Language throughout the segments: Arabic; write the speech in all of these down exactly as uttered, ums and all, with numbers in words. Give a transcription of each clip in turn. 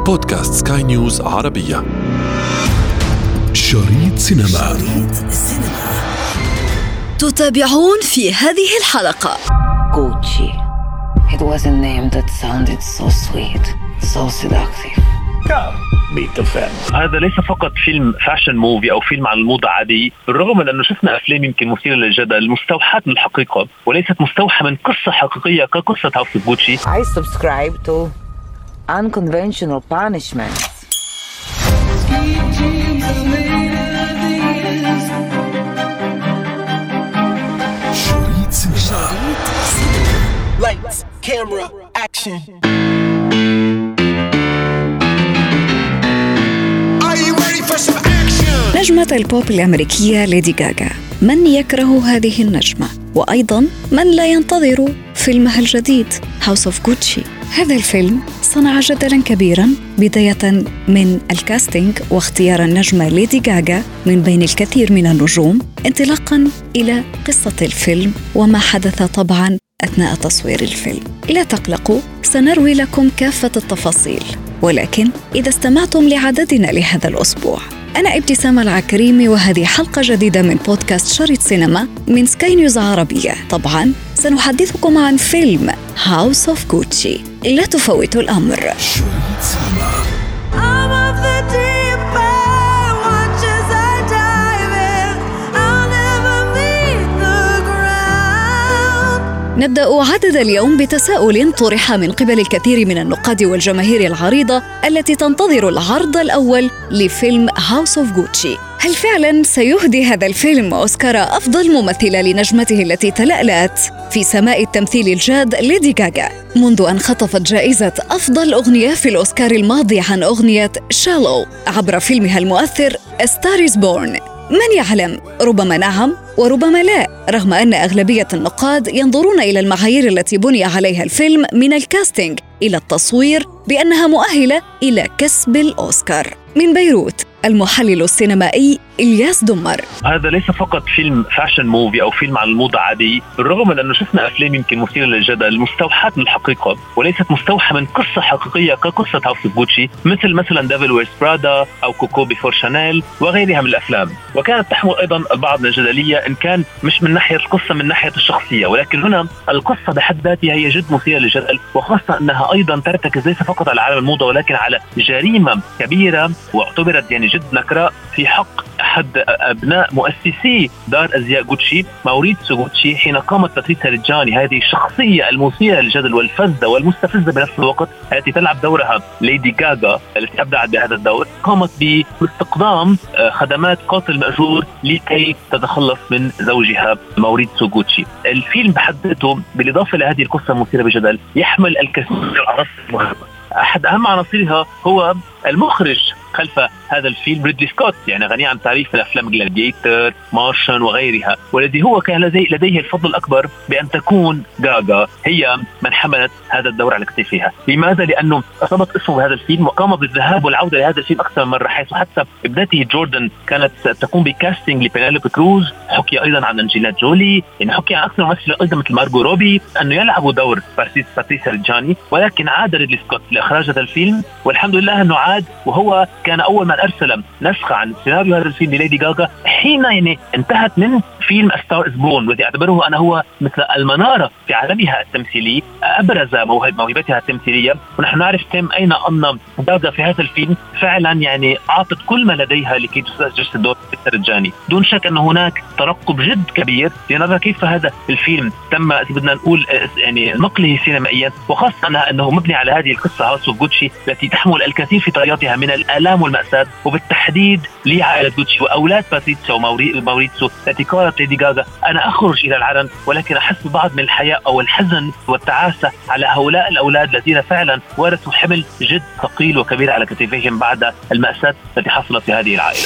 بودكاست سكاي نيوز عربية. شريط سينما. شريط سينما. تتابعون في هذه الحلقة Gucci. It was a name that sounded so sweet, so seductive. Meet the family. هذا ليس فقط فيلم فاشن موفي أو فيلم عن الموضة عادي، بالرغم من أنه شفنا أفلام يمكن مثيرة للجدل مستوحاة من الحقيقة وليست مستوحاة من قصة حقيقية كقصة هاوس اوف غوتشي. I subscribe to unconventional punishment. شريط سينما. Lights, camera, action. Are you ready for some action? نجمة البوب الأمريكية ليدي غاغا، من يكره هذه النجمة؟ وأيضاً من لا ينتظر فيلمها الجديد هاوس اوف غوتشي. هذا الفيلم صنع جدلاً كبيراً، بداية من الكاستينج واختيار النجمة ليدي غاغا من بين الكثير من النجوم، انطلاقاً إلى قصة الفيلم وما حدث طبعاً أثناء تصوير الفيلم. لا تقلقوا، سنروي لكم كافة التفاصيل، ولكن إذا استمعتم لعددنا لهذا الأسبوع. أنا ابتسام العكريمي، وهذه حلقة جديدة من بودكاست شريط سينما من سكاي نيوز عربية. طبعاً سنحدثكم عن فيلم هاوس اوف غوتشي، لا تفوتوا الأمر. شريط سينما. نبدأ عدد اليوم بتساؤل طرح من قبل الكثير من النقاد والجماهير العريضة التي تنتظر العرض الأول لفيلم هاوس اوف غوتشي. هل فعلاً سيهدي هذا الفيلم أوسكار أفضل ممثلة لنجمته التي تلألأت في سماء التمثيل الجاد ليدي غاغا منذ أن خطفت جائزة أفضل أغنية في الأوسكار الماضي عن أغنية شالو عبر فيلمها المؤثر A Star is Born؟ من يعلم، ربما نعم وربما لا، رغم أن أغلبية النقاد ينظرون إلى المعايير التي بني عليها الفيلم من الكاستينج إلى التصوير بأنها مؤهلة إلى كسب الأوسكار. من بيروت، المحلل السينمائي إلياس دمر. هذا ليس فقط فيلم فاشن موفي أو فيلم عن الموضة عادي، بالرغم من أنه شفنا أفلام يمكن مثيرة للجدل مستوحاة من الحقيقة وليست مستوحاة من قصة حقيقية كقصة هاوس اوف غوتشي، مثل مثلا ديفل ويرز برادا أو كوكو بيفور شانيل وغيرها من الأفلام. وكانت تحمل أيضا البعض من الجدلية إن كان مش من ناحية القصة، من ناحية الشخصية، ولكن هنا القصة بحد ذاتها هي جد مثيرة للجدل، وخاصة أنها أيضا ترتكز ليس فقط على عالم الموضة ولكن على جريمة كبيرة واعتبرت يعني جد نكراء في حق أحد أبناء مؤسسي دار أزياء غوتشي، ماوريتسو غوتشي، حين قامت باتريسيا ريجاني، هذه الشخصية المثيرة للجدل والفذة والمستفزة بنفس الوقت التي تلعب دورها ليدي غاغا التي أبدعت بهذا الدور، قامت باستقدام خدمات قاتل مأجور لكي تتخلص من زوجها ماوريتسو غوتشي. الفيلم بحد ذاته بالإضافة لهذه القصة المثيرة بالجدل يحمل الكثير من العناصر المهمة. أحد أهم عناصرها هو المخرج خلف هذا الفيلم ريدلي سكوت، يعني غني عن تعريف الأفلام جلاديتر، مارشن وغيرها، والذي هو كان لديه الفضل الأكبر بأن تكون غاغا هي من حملت هذا الدور على كتفها. لماذا؟ لأنه أصابت اسمه بهذا الفيلم وقام بالذهاب والعودة لهذا الفيلم أكثر من مرة، حيث حتى ابنته جوردن كانت تقوم بكاستينج لبينيلوبي كروز، حكي أيضا عن أنجيلا جولي، يعني حكي عن أكثر ممثلة أيضا مثل مارغو روبي أنه يلعبوا دور باتريسيا ريجاني، ولكن عاد ريدلي سكوت لإخراج هذا الفيلم، والحمد لله أنه عاد، وهو كان أول من أرسل نسخة عن سيناريو هذا الفيلم لليدي غاغا حين يعني انتهت من فيلم A Star is Born، والذي أعتبره أنا هو مثل المنارة في عالمها التمثيلي، أبرز موهبتها التمثيلية. ونحن نعرف تم أين أن غاغا في هذا الفيلم فعلا يعني أعطت كل ما لديها لكي تجسد دور ريجاني. دون شك أن هناك ترقب جد كبير لنرى كيف هذا الفيلم تم بدنا نقول يعني نقله سينمائيا، وخاصة أنه مبني على هذه القصة هاوس اوف غوتشي التي تحمل الكثير في طياتها من الآلام والمأساة، وبالتحديد لعائلة غوتشي وأولاد باتريسيا وماوريتسو التي قالت ليدي غاغا أنا أخرج إلى العلن ولكن أحس ببعض من الحياء أو الحزن والتعاسة على هؤلاء الأولاد الذين فعلا ورثوا حمل جد ثقيل وكبير على كتفيهم بعد المأساة التي حصلت في هذه العائلة.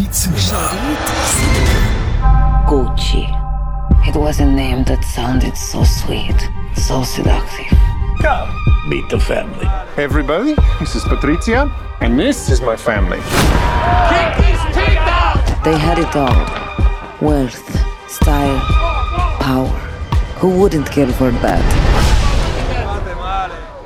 Gucci. It was a name that sounded so sweet, so seductive. Come, meet the family. Hey everybody, this is Patrizia, and this is my family. They had it all. Wealth, style, power. Who wouldn't kill for that?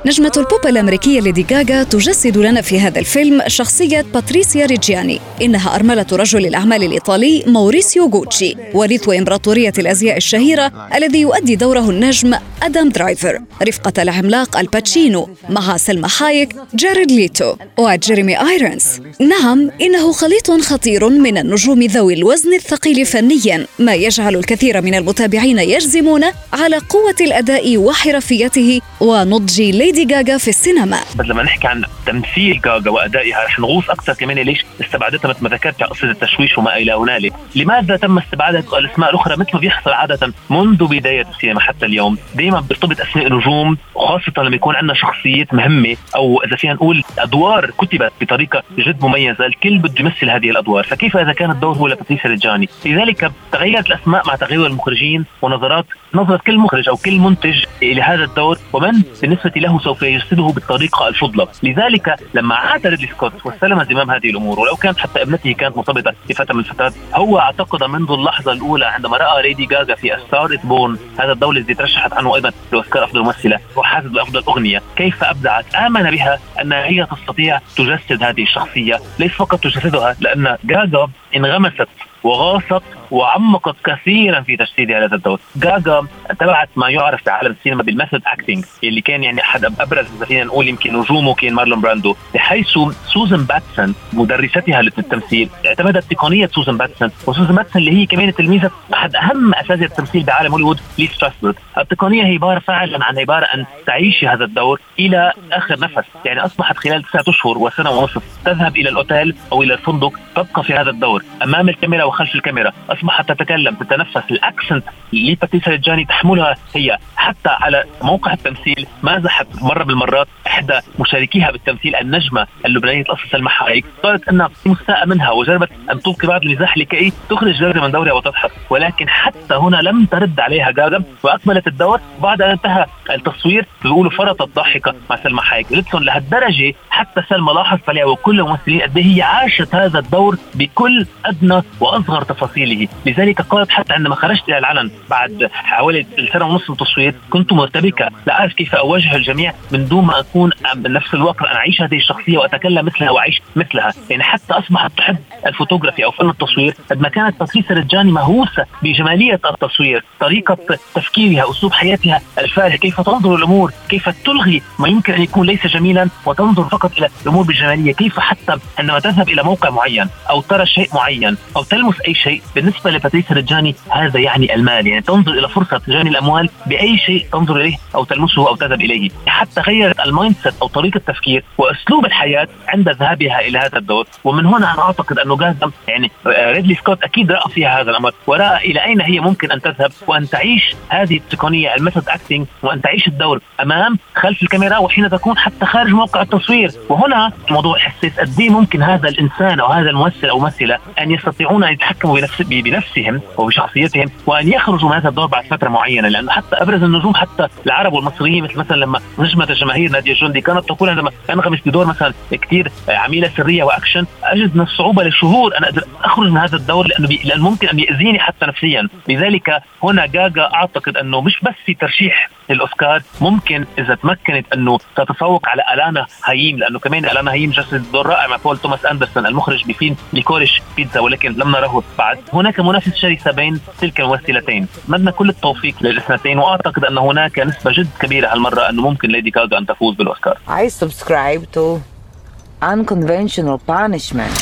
نجمة البوب الأمريكية ليدي غاغا تجسد لنا في هذا الفيلم شخصية باتريسيا ريجياني، إنها أرملة رجل الأعمال الإيطالي موريسيو غوتشي، ورث إمبراطورية الأزياء الشهيرة، الذي يؤدي دوره النجم آدم درايفر رفقة العملاق الباتشينو مع سلمى حايك، جاريد ليتو وجيريمي آيرونز. نعم، إنه خليط خطير من النجوم ذوي الوزن الثقيل فنياً، ما يجعل الكثير من المتابعين يجزمون على قوة الأداء وحرفيته ونضج ليدي غاغا في السينما. بس لما نحكي عن تمثيل غاغا وأدائها رح نغوص أكثر كمان ليش استبعدتها مثل ما ذكرت قصة التشويش وما إلى هنالك. لماذا تم استبعاد الأسماء الأخرى مثل ما بيحصل عادة منذ بداية السينما حتى اليوم؟ دائما بيرتبط أسماء نجوم، خاصة لما يكون عندنا شخصيات مهمة أو إذا فينا نقول أدوار كتبت بطريقة جد مميزة، الكل بده يمثل هذه الأدوار، فكيف إذا كان الدور هو لباتريسيا ريجياني؟ لذلك تغيرت الأسماء مع تغير المخرجين ونظرات نظرة كل مخرج أو كل منتج لهذا الدور ومن بالنسبة له سوف يجسده بالطريقة الفضلى. لذلك لما عاد ريدلي سكوت واستلم زمام هذه الأمور، ولو كانت حتى ابنته كانت مرتبطة في فترة من الفترات، هو اعتقد منذ اللحظة الأولى عندما رأى ليدي غاغا في ستار إز بورن، هذا الدور الذي ترشحت عنه أيضا لأوسكار أفضل ممثلة وحازت بأفضل أغنية، كيف أبدعت، آمن بها أن هي تستطيع تجسد هذه الشخصية، ليس فقط تجسدها، لأن غاغا انغمست وغاصت وعمقت كثيرا في تجسيد هذا الدور. غاغا تبعت ما يعرف في عالم السينما بالميثود اكتينج، اللي كان يعني احد ابرز فينا نقول يمكن نجومه كان مارلون براندو، بحيث سوزان باتسون مدرستها للتمثيل اعتمدت تقنيه سوزان باتسون، وسوزان باتسون اللي هي كمان تلميذه احد اهم اساتذه التمثيل بعالم هوليوود لي ستراسبرغ. التقنيه هي عباره فعلا عن عباره ان تعيش هذا الدور الى اخر نفس، يعني اصبحت خلال تسعة اشهر وسنه ونصف تذهب الى الاوتيل او الى الفندق تبقى في هذا الدور امام الكاميرا وخلف الكاميرا، اصبحت تتكلم تتنفس، الاكسنت اللي باتريسيا ريجياني تحملها هي حتى على موقع التمثيل. مازحت مره بالمرات احدى مشاركيها بالتمثيل النجمه اللبنانيه الاصل سلمى حايك، قالت انها مستاءة منها وجربت ان تلقي بعض المزاح لكي تخرج غاغا من دورها وتضحك، ولكن حتى هنا لم ترد عليها غاغا واكملت الدور. بعد ان انتهى التصوير بيقولوا فرطت ضاحكه مع سلمى حايك، قلت لهم لهالدرجه حتى سلمى لاحظت عليها وكل الممثلين قد هي عاشت هذا الدور بكل ادنى واصغر تفاصيله. لذلك قالت حتى عندما خرجت الى العلن بعد حوالي سنه ونصف من التصوير كنت مرتبكه، لا اعرف كيف اواجه الجميع من دون ما اكون بنفس الوقت انا اعيش هذه الشخصيه واتكلم مثلها واعيش مثلها. يعني حتى اصبحت تحب الفوتوغرافي او فن التصوير قد ما كانت باتريسيا ريجياني مهووسه بجماليه التصوير، طريقه تفكيرها، اسلوب حياتها الفارغ، كيف تنظر الامور، كيف تلغي ما يمكن ان يكون ليس جميلا وتنظر فقط الى الامور بالجماليه، كيف حتى عندما تذهب الى موقع معين او ترى شيء معين او تلمس اي شيء. بالنسبه لباتريسيا ريجياني هذا يعني المال، يعني تنظر الى فرصه تجاني الاموال باي شيء تنظر اليه او تلمسه او تذهب اليه. حتى غيرت المايند سيت او طريقه التفكير واسلوب الحياه عند ذهابها الى هذا الدور. ومن هنا انا اعتقد انه غاغا يعني ريدلي سكوت اكيد راى فيها هذا الامر وراى الى اين هي ممكن ان تذهب وان تعيش هذه التقنيه الميثود اكتينج وان تعيش الدور امام خلف الكاميرا وحين تكون حتى خارج موقع التصوير. وهنا موضوع حساس، قد ايه ممكن هذا الانسان او هذا الممثل او ممثله ان يستطيعون ان يتحكموا بنفس بنفسهم وبشخصيتهم وان يخرجوا من هذا الدور بعد فتره معينه. لانه حتى ابرز النجوم حتى العرب والمصريين مثل مثلا لما نجمه الجماهير نادية الجندي كانت تقول عندما انغمس بدور مثلا كثير عميله سريه واكشن اجد من الصعوبه لشهور انا اقدر اخرج من هذا الدور لانه بي... لأن ممكن ان يأذيني حتى نفسيا. لذلك هنا غاغا اعتقد انه مش بس في ترشيح الاوسكار، ممكن اذا تمكنت انه تتفوق على الانا هايم، لانه كمان الانا هايم جسد دور رائع مع بول توماس اندرسون المخرج بفيلم ليكوريش بيتزا، ولكن لم نره بعد. هناك منافسه شرسه بين تلك الممثلتين، اتمنى كل التوفيق للاثنتين واعتقد ان هناك نسبه جد كبيره هالمره انه ممكن ليدي غاغا ان تفوز بالاوسكار. I subscribe to unconventional punishment.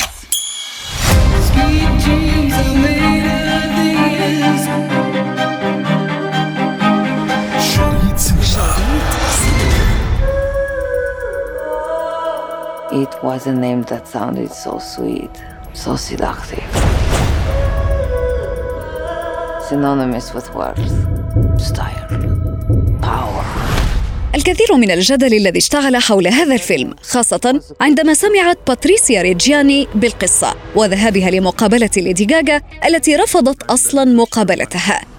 شريط سينما. It was a name that sounded so sweet, so seductive. Synonymous with worth, style, power. الكثير من الجدل الذي اشتعل حول هذا الفيلم خاصة عندما سمعت باتريسيا ريجياني بالقصة وذهابها لمقابلة ليدي غاغا التي رفضت أصلاً مقابلتها.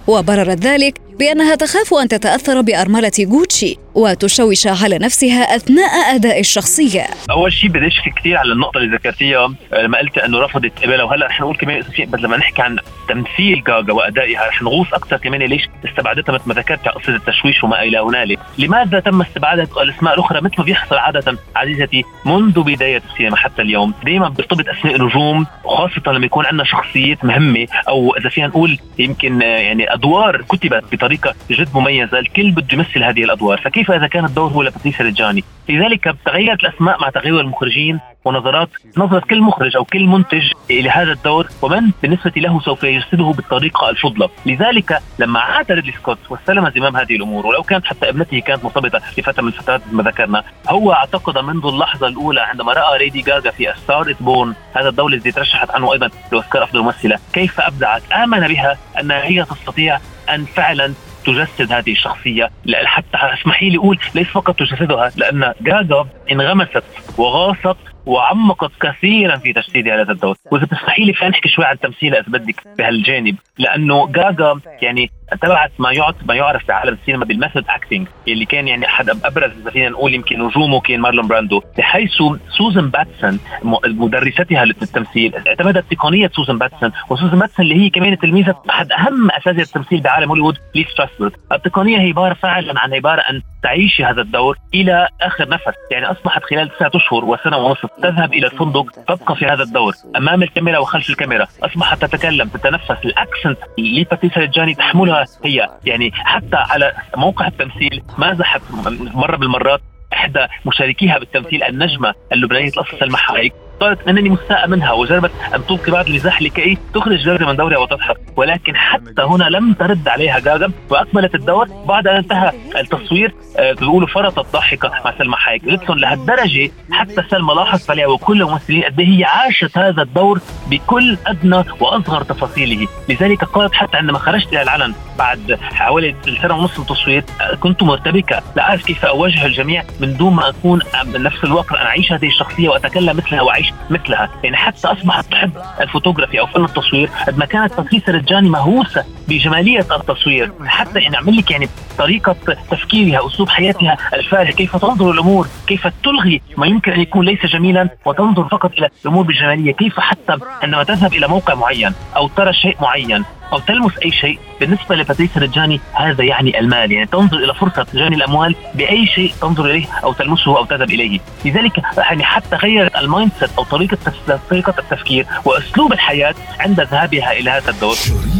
وبررت ذلك بأنها تخاف أن تتأثر بأرملة غوتشي وتشوش على نفسها أثناء أداء الشخصية. أول شيء بدي أشكي كثير على النقطة اللي ذكرتيها لما قلت أنه رفضت قبلها، وهلأ رح نقول كمان بس لما نحكي عن تمثيل غاغا وأدائها رح نغوص أكثر كمان ليش استبعدتها مثل ما ذكرت على قصة التشويش وما إلى هنالك. لماذا تم استبعاد الأسماء الأخرى مثل ما بيحصل عادة عزيزتي منذ بداية السينما حتى اليوم؟ دائما بيرتبط أسماء نجوم، وخاصة لما يكون عندنا شخصيات مهمة أو إذا فينا نقول يمكن يعني أدوار كتبت بطريقة جد مميزة، الكل بده يمثل هذه الأدوار، فكيف إذا كان الدور هو لباتريسيا رجاني؟ لذلك تغيرت الأسماء مع تغير المخرجين ونظرات نظرة كل مخرج أو كل منتج إلى هذا الدور ومن بالنسبة له سوف يجسده بالطريقة الفضلى. لذلك لما عاد ريدلي سكوت واستلم زمام هذه الأمور، ولو كانت حتى ابنته كانت مرتبطة لفترة من الفترات ما ذكرنا، هو اعتقد منذ اللحظة الأولى عندما رأى ليدي غاغا في ستار إز بورن، هذا الدور الذي ترشحت عنه أيضا لأوسكار أفضل ممثلة، كيف أبدعت، آمن بها أن هي تستطيع أن فعلا تجسد هذه الشخصية. حتى اسمحي لي أقول ليس فقط تجسدها، لأن غاغا انغمست وغاصت وعمقت كثيرا في تجسيد هذا الدور. وإذا تسمحي لي فنحكي شوي عن التمثيل إذا بدك بهالجانب، لأنه غاغا يعني تبعت ما يعرف ما يعرف في عالم السينما بالميثود اكتينج، اللي كان يعني احد ابرز اذا فينا نقول يمكن نجومه كان مارلون براندو، بحيث سوزان باتسون مدرستها للتمثيل اعتمدت تقنيه سوزان باتسون، وسوزان باتسون اللي هي كمان تلميذه احد اهم اساتذه التمثيل بعالم هوليوود لي ستراسبرغ. التقنيه هي عباره فعلا عن عباره ان تعيش هذا الدور الى اخر نفس، يعني اصبحت خلال تسعة اشهر وسنه ونصف تذهب الى الفندق تبقى في هذا الدور امام الكاميرا وخلف الكاميرا، اصبحت تتكلم تتنفس، الاكسنت اللي باتريسيا رجاني تحملها هي، يعني حتى على موقع التمثيل مازحت مرة بالمرات إحدى مشاركيها بالتمثيل النجمة اللبنانية الأصل سلمى حايك، قالت أنني مستاءة منها وجربت أن تلقي بعض المزاح لكي تخرج غاغا من دورها وتضحك، ولكن حتى هنا لم ترد عليها غاغا وأكملت الدور. بعد أن انتهى التصوير أه بيقولوا فرطت ضاحكة مع سلمى حايك، قلتهم لهالدرجة حتى سلمى لاحظت عليها وكل الممثلين قد هي عاشت هذا الدور بكل أدنى وأصغر تفاصيله. لذلك قالت حتى عندما خرجت إلى العلن بعد حوالي سنة ونصف من التصوير كنت مرتبكة، لا أعرف كيف أواجه الجميع من دون ما أكون بنفس الوقت أنا أعيش هذه الشخصية وأتكلم مثلها وأعيش مثلها. يعني حتى أصبحت تحب الفوتوغرافي أو فن التصوير قد ما كانت باتريسيا رجاني مهووسة بجمالية التصوير، حتى يعني أعمل لك يعني طريقة تفكيرها، أسلوب حياتها الفارغ، كيف تنظر الأمور، كيف تلغي ما يمكن أن يكون ليس جميلا وتنظر فقط إلى الأمور بالجمالية، كيف حتى عندما تذهب إلى موقع معين أو ترى شيء معين أو تلمس أي شيء، بالنسبة لباتريسيا رجاني هذا يعني المال، يعني تنظر إلى فرصة جاني الأموال بأي شيء تنظر إليه أو تلمسه أو تذهب إليه. لذلك يعني حتى غيرت المايندسيت أو طريقة طريقة التفكير وأسلوب الحياة عند ذهابها إلى هذا الدور.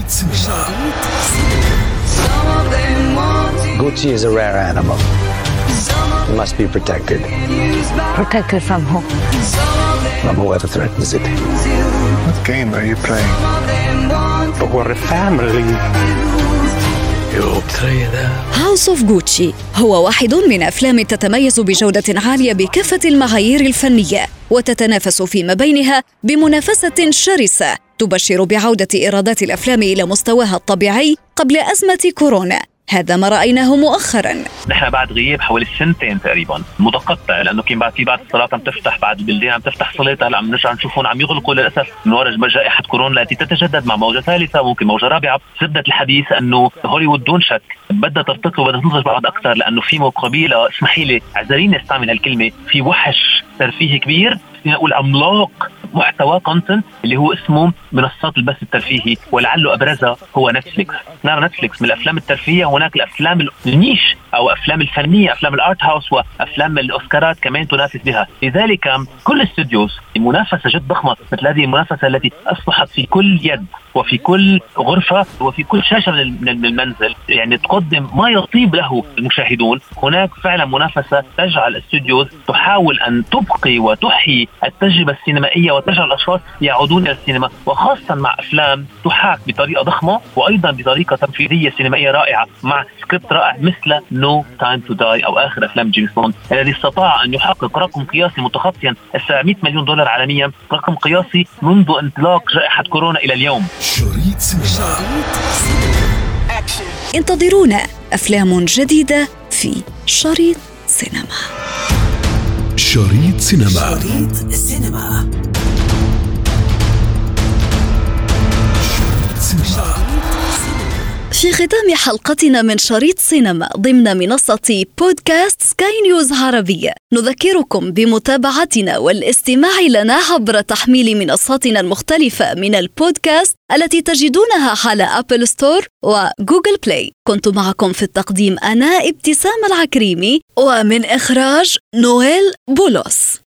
Gucci is a rare animal. It must be protected. Protected from who? From whoever threatens it. What game are you playing? But we're a family. House of Gucci هو واحد من أفلام تتميز بجودة عالية بكافة المعايير الفنية وتتنافس فيما بينها بمنافسة شرسة تبشر بعودة إيرادات الأفلام إلى مستواها الطبيعي قبل أزمة كورونا. هذا ما رأيناه مؤخراً. نحن بعد غياب حوالي سنتين تقريباً متقطع، لأنه كان بعد في بعض الصالات عم تفتح، بعد البلدان عم تفتح صالات، هلا عم نرجع نشوفون عم يغلقوا للأسف من وراء جائحة كورونا التي تتجدد مع موجة ثالثة ممكن موجة رابعة. زبدة الحديث أنه هوليوود دون شك بدها ترتقي وبدها تنضج بعض أكثر، لأنه في مقابلة اسمحي لي اعذريني استعمل هالكلمة، في وحش ترفيهي كبير نقول عملاق محتوى كونتنت اللي هو اسمه منصات البث الترفيهي، ولعله أبرزها هو نتفليكس. نرى نتفليكس من الأفلام الترفيهية، هناك الأفلام النيش أو أفلام الفنية، أفلام الآرت هاوس وأفلام الأوسكارات كمان تنافس بها. لذلك كل الاستوديوز منافسة جد ضخمة مثل هذه المنافسة التي أصبحت في كل يد وفي كل غرفة وفي كل شاشة من المنزل، يعني تقدم ما يطيب له المشاهدون. هناك فعلا منافسة تجعل الاستوديوز تحاول أن تبقي وتحيي التجربة السينمائية وتجعل الأشخاص يعودون إلى السينما، وخاصة مع أفلام تحاك بطريقة ضخمة وأيضا بطريقة تنفيذية سينمائية رائعة مع سكريبت رائع مثل No Time to Die أو آخر أفلام جيمس بوند الذي استطاع أن يحقق رقم قياسي متخطيا سبعمائة مليون دولار عالميا، رقم قياسي منذ انطلاق جائحة كورونا إلى اليوم. شريط سينما. انتظرونا أفلام جديدة في شريط سينما. شريط سينما. شريط سينما. في ختام حلقتنا من شريط سينما ضمن منصة بودكاست سكاي نيوز عربية، نذكركم بمتابعتنا والاستماع لنا عبر تحميل منصاتنا المختلفة من البودكاست التي تجدونها على أبل ستور وجوجل بلاي. كنت معكم في التقديم أنا ابتسام العكريمي، ومن إخراج نويل بولوس.